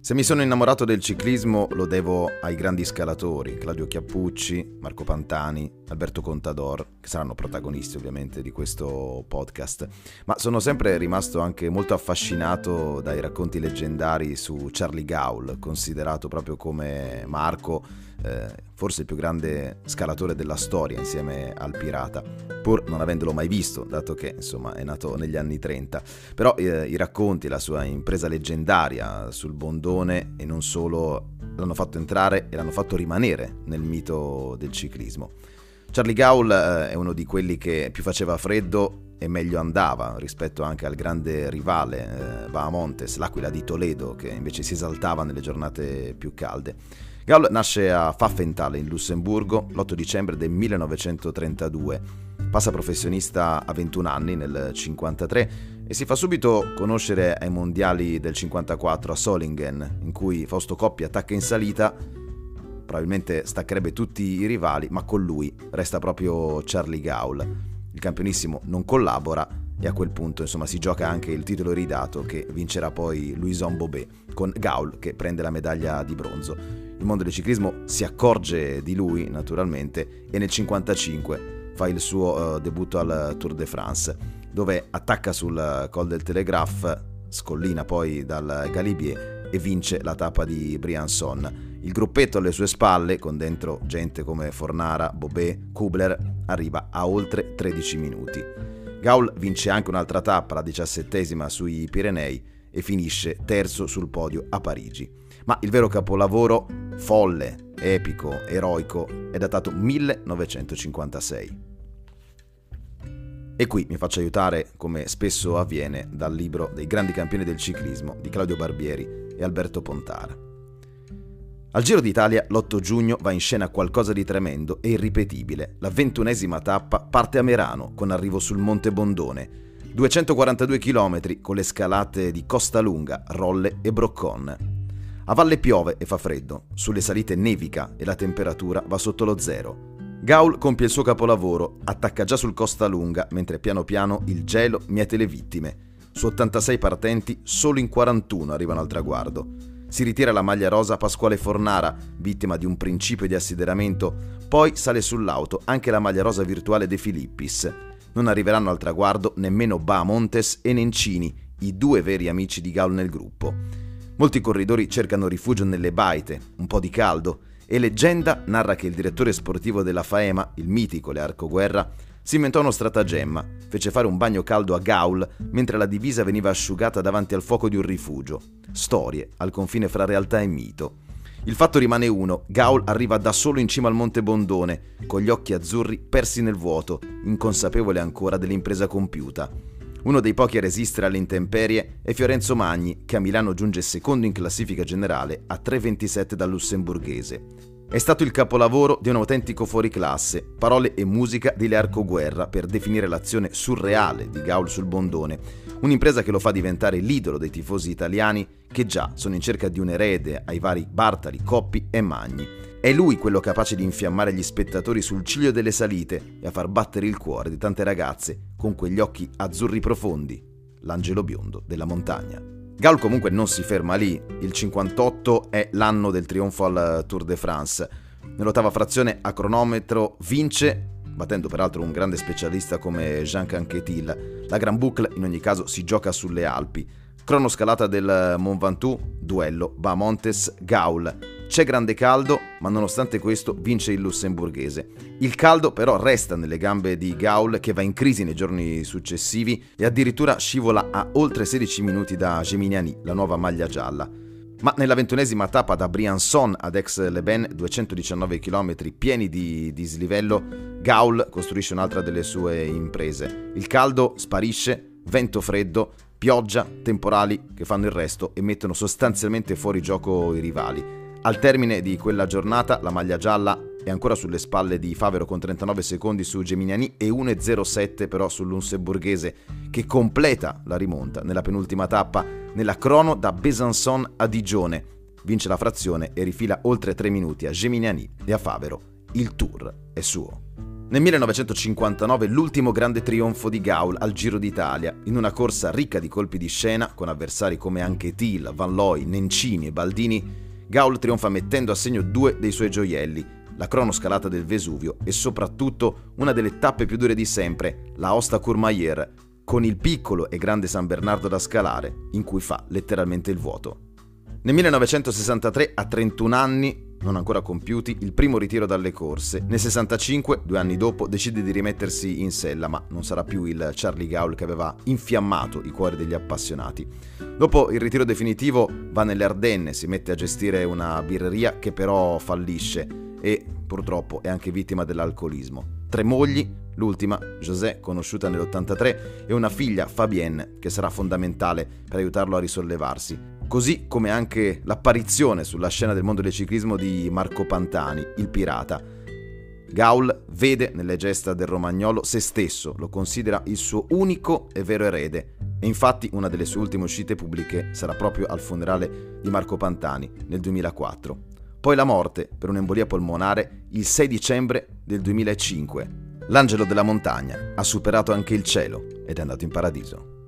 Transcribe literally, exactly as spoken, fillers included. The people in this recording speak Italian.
Se mi sono innamorato del ciclismo lo devo ai grandi scalatori, Claudio Chiappucci, Marco Pantani, Alberto Contador, che saranno protagonisti ovviamente di questo podcast, ma sono sempre rimasto anche molto affascinato dai racconti leggendari su Charlie Gaul, considerato proprio come Marco, eh, forse il più grande scalatore della storia insieme al Pirata, pur non avendolo mai visto, dato che insomma è nato negli anni trenta. Però eh, i racconti, la sua impresa leggendaria sul Bondone e non solo, l'hanno fatto entrare e l'hanno fatto rimanere nel mito del ciclismo. Charlie Gaul eh, è uno di quelli che più faceva freddo e meglio andava rispetto anche al grande rivale eh, Bahamontes, l'Aquila di Toledo, che invece si esaltava nelle giornate più calde. Gaul nasce a Pfaffenthal in Lussemburgo l'otto dicembre del millenovecentotrentadue, passa professionista a ventuno anni nel cinquantatré e si fa subito conoscere ai mondiali del cinquantaquattro a Solingen, in cui Fausto Coppi attacca in salita, probabilmente staccherebbe tutti i rivali, ma con lui resta proprio Charlie Gaul. Il campionissimo non collabora e a quel punto insomma si gioca anche il titolo ridato che vincerà poi Louison Bobet, con Gaul che prende la medaglia di bronzo. Il mondo del ciclismo si accorge di lui naturalmente e nel cinquantacinque fa il suo uh, debutto al Tour de France, dove attacca sul Col del Telegraph, scollina poi dal Galibier e vince la tappa di Briançon. Il gruppetto alle sue spalle, con dentro gente come Fornara, Bobet, Kubler, arriva a oltre tredici minuti. Gaul vince anche un'altra tappa, la diciassettesima sui Pirenei, e finisce terzo sul podio a Parigi. Ma il vero capolavoro, folle, epico, eroico, è datato millenovecentocinquantasei. E qui mi faccio aiutare, come spesso avviene, dal libro dei grandi campioni del ciclismo di Claudio Barbieri e Alberto Pontara. Al Giro d'Italia l'otto giugno va in scena qualcosa di tremendo e irripetibile. La ventunesima tappa parte a Merano con arrivo sul Monte Bondone. duecentoquarantadue chilometri con le scalate di Costalunga, Rolle e Broccon. A valle piove e fa freddo, sulle salite nevica e la temperatura va sotto lo zero. Gaul compie il suo capolavoro, attacca già sul Costalunga mentre piano piano il gelo miete le vittime. Su ottantasei partenti solo in quarantuno arrivano al traguardo. Si ritira la maglia rosa Pasquale Fornara, vittima di un principio di assideramento, poi sale sull'auto anche la maglia rosa virtuale De Filippis. Non arriveranno al traguardo nemmeno Bahamontes e Nencini, i due veri amici di Gaul nel gruppo. Molti corridori cercano rifugio nelle baite, un po' di caldo, e leggenda narra che il direttore sportivo della Faema, il mitico Learco Guerra, si inventò uno stratagemma, fece fare un bagno caldo a Gaul mentre la divisa veniva asciugata davanti al fuoco di un rifugio. Storie al confine fra realtà e mito. Il fatto rimane uno: Gaul arriva da solo in cima al Monte Bondone, con gli occhi azzurri persi nel vuoto, inconsapevole ancora dell'impresa compiuta. Uno dei pochi a resistere alle intemperie è Fiorenzo Magni, che a Milano giunge secondo in classifica generale a tre ventisette dal lussemburghese. È stato il capolavoro di un autentico fuoriclasse, parole e musica di Learco Guerra per definire l'azione surreale di Gaul sul Bondone, un'impresa che lo fa diventare l'idolo dei tifosi italiani che già sono in cerca di un erede ai vari Bartali, Coppi e Magni. È lui quello capace di infiammare gli spettatori sul ciglio delle salite e a far battere il cuore di tante ragazze con quegli occhi azzurri profondi, l'angelo biondo della montagna. Gaul comunque non si ferma lì, il cinquantotto è l'anno del trionfo al Tour de France. Nell'ottava frazione a cronometro vince, battendo peraltro un grande specialista come Jean Canquetil. La Gran Boucle in ogni caso si gioca sulle Alpi. Cronoscalata del Mont Ventoux, duello Bahamontes-Gaul. C'è grande caldo, ma nonostante questo vince il lussemburghese. Il caldo però resta nelle gambe di Gaul, che va in crisi nei giorni successivi e addirittura scivola a oltre sedici minuti da Geminiani, la nuova maglia gialla. Ma nella ventunesima tappa da Briançon ad Aix-les-Bains, duecentodiciannove chilometri pieni di dislivello, Gaul costruisce un'altra delle sue imprese. Il caldo sparisce, vento freddo, pioggia, temporali che fanno il resto e mettono sostanzialmente fuori gioco i rivali. Al termine di quella giornata la maglia gialla è ancora sulle spalle di Favero con trentanove secondi su Geminiani e uno virgola zero sette però sul lussemburghese, che completa la rimonta nella penultima tappa nella crono da Besançon a Digione. Vince la frazione e rifila oltre tre minuti a Geminiani e a Favero. Il Tour è suo. Nel millenovecentocinquantanove l'ultimo grande trionfo di Gaul al Giro d'Italia, in una corsa ricca di colpi di scena, con avversari come anche Thiel, Van Looy, Nencini e Baldini, Gaul trionfa mettendo a segno due dei suoi gioielli, la cronoscalata del Vesuvio e soprattutto una delle tappe più dure di sempre, la Aosta-Courmayeur, con il piccolo e grande San Bernardo da scalare, in cui fa letteralmente il vuoto. Nel millenovecentosessantatré, a trentuno anni, non ancora compiuti, il primo ritiro dalle corse. Nel sessantacinque, due anni dopo, decide di rimettersi in sella, ma non sarà più il Charlie Gaul che aveva infiammato i cuori degli appassionati. Dopo il ritiro definitivo va nelle Ardenne, si mette a gestire una birreria che però fallisce e purtroppo è anche vittima dell'alcolismo. Tre mogli, l'ultima, José, conosciuta nell'ottantatré, e una figlia, Fabienne, che sarà fondamentale per aiutarlo a risollevarsi. Così come anche l'apparizione sulla scena del mondo del ciclismo di Marco Pantani, il pirata. Gaul vede nelle gesta del romagnolo se stesso, lo considera il suo unico e vero erede, e infatti una delle sue ultime uscite pubbliche sarà proprio al funerale di Marco Pantani nel duemilaquattro. Poi la morte per un'embolia polmonare il sei dicembre del duemilacinque. L'angelo della montagna ha superato anche il cielo ed è andato in paradiso.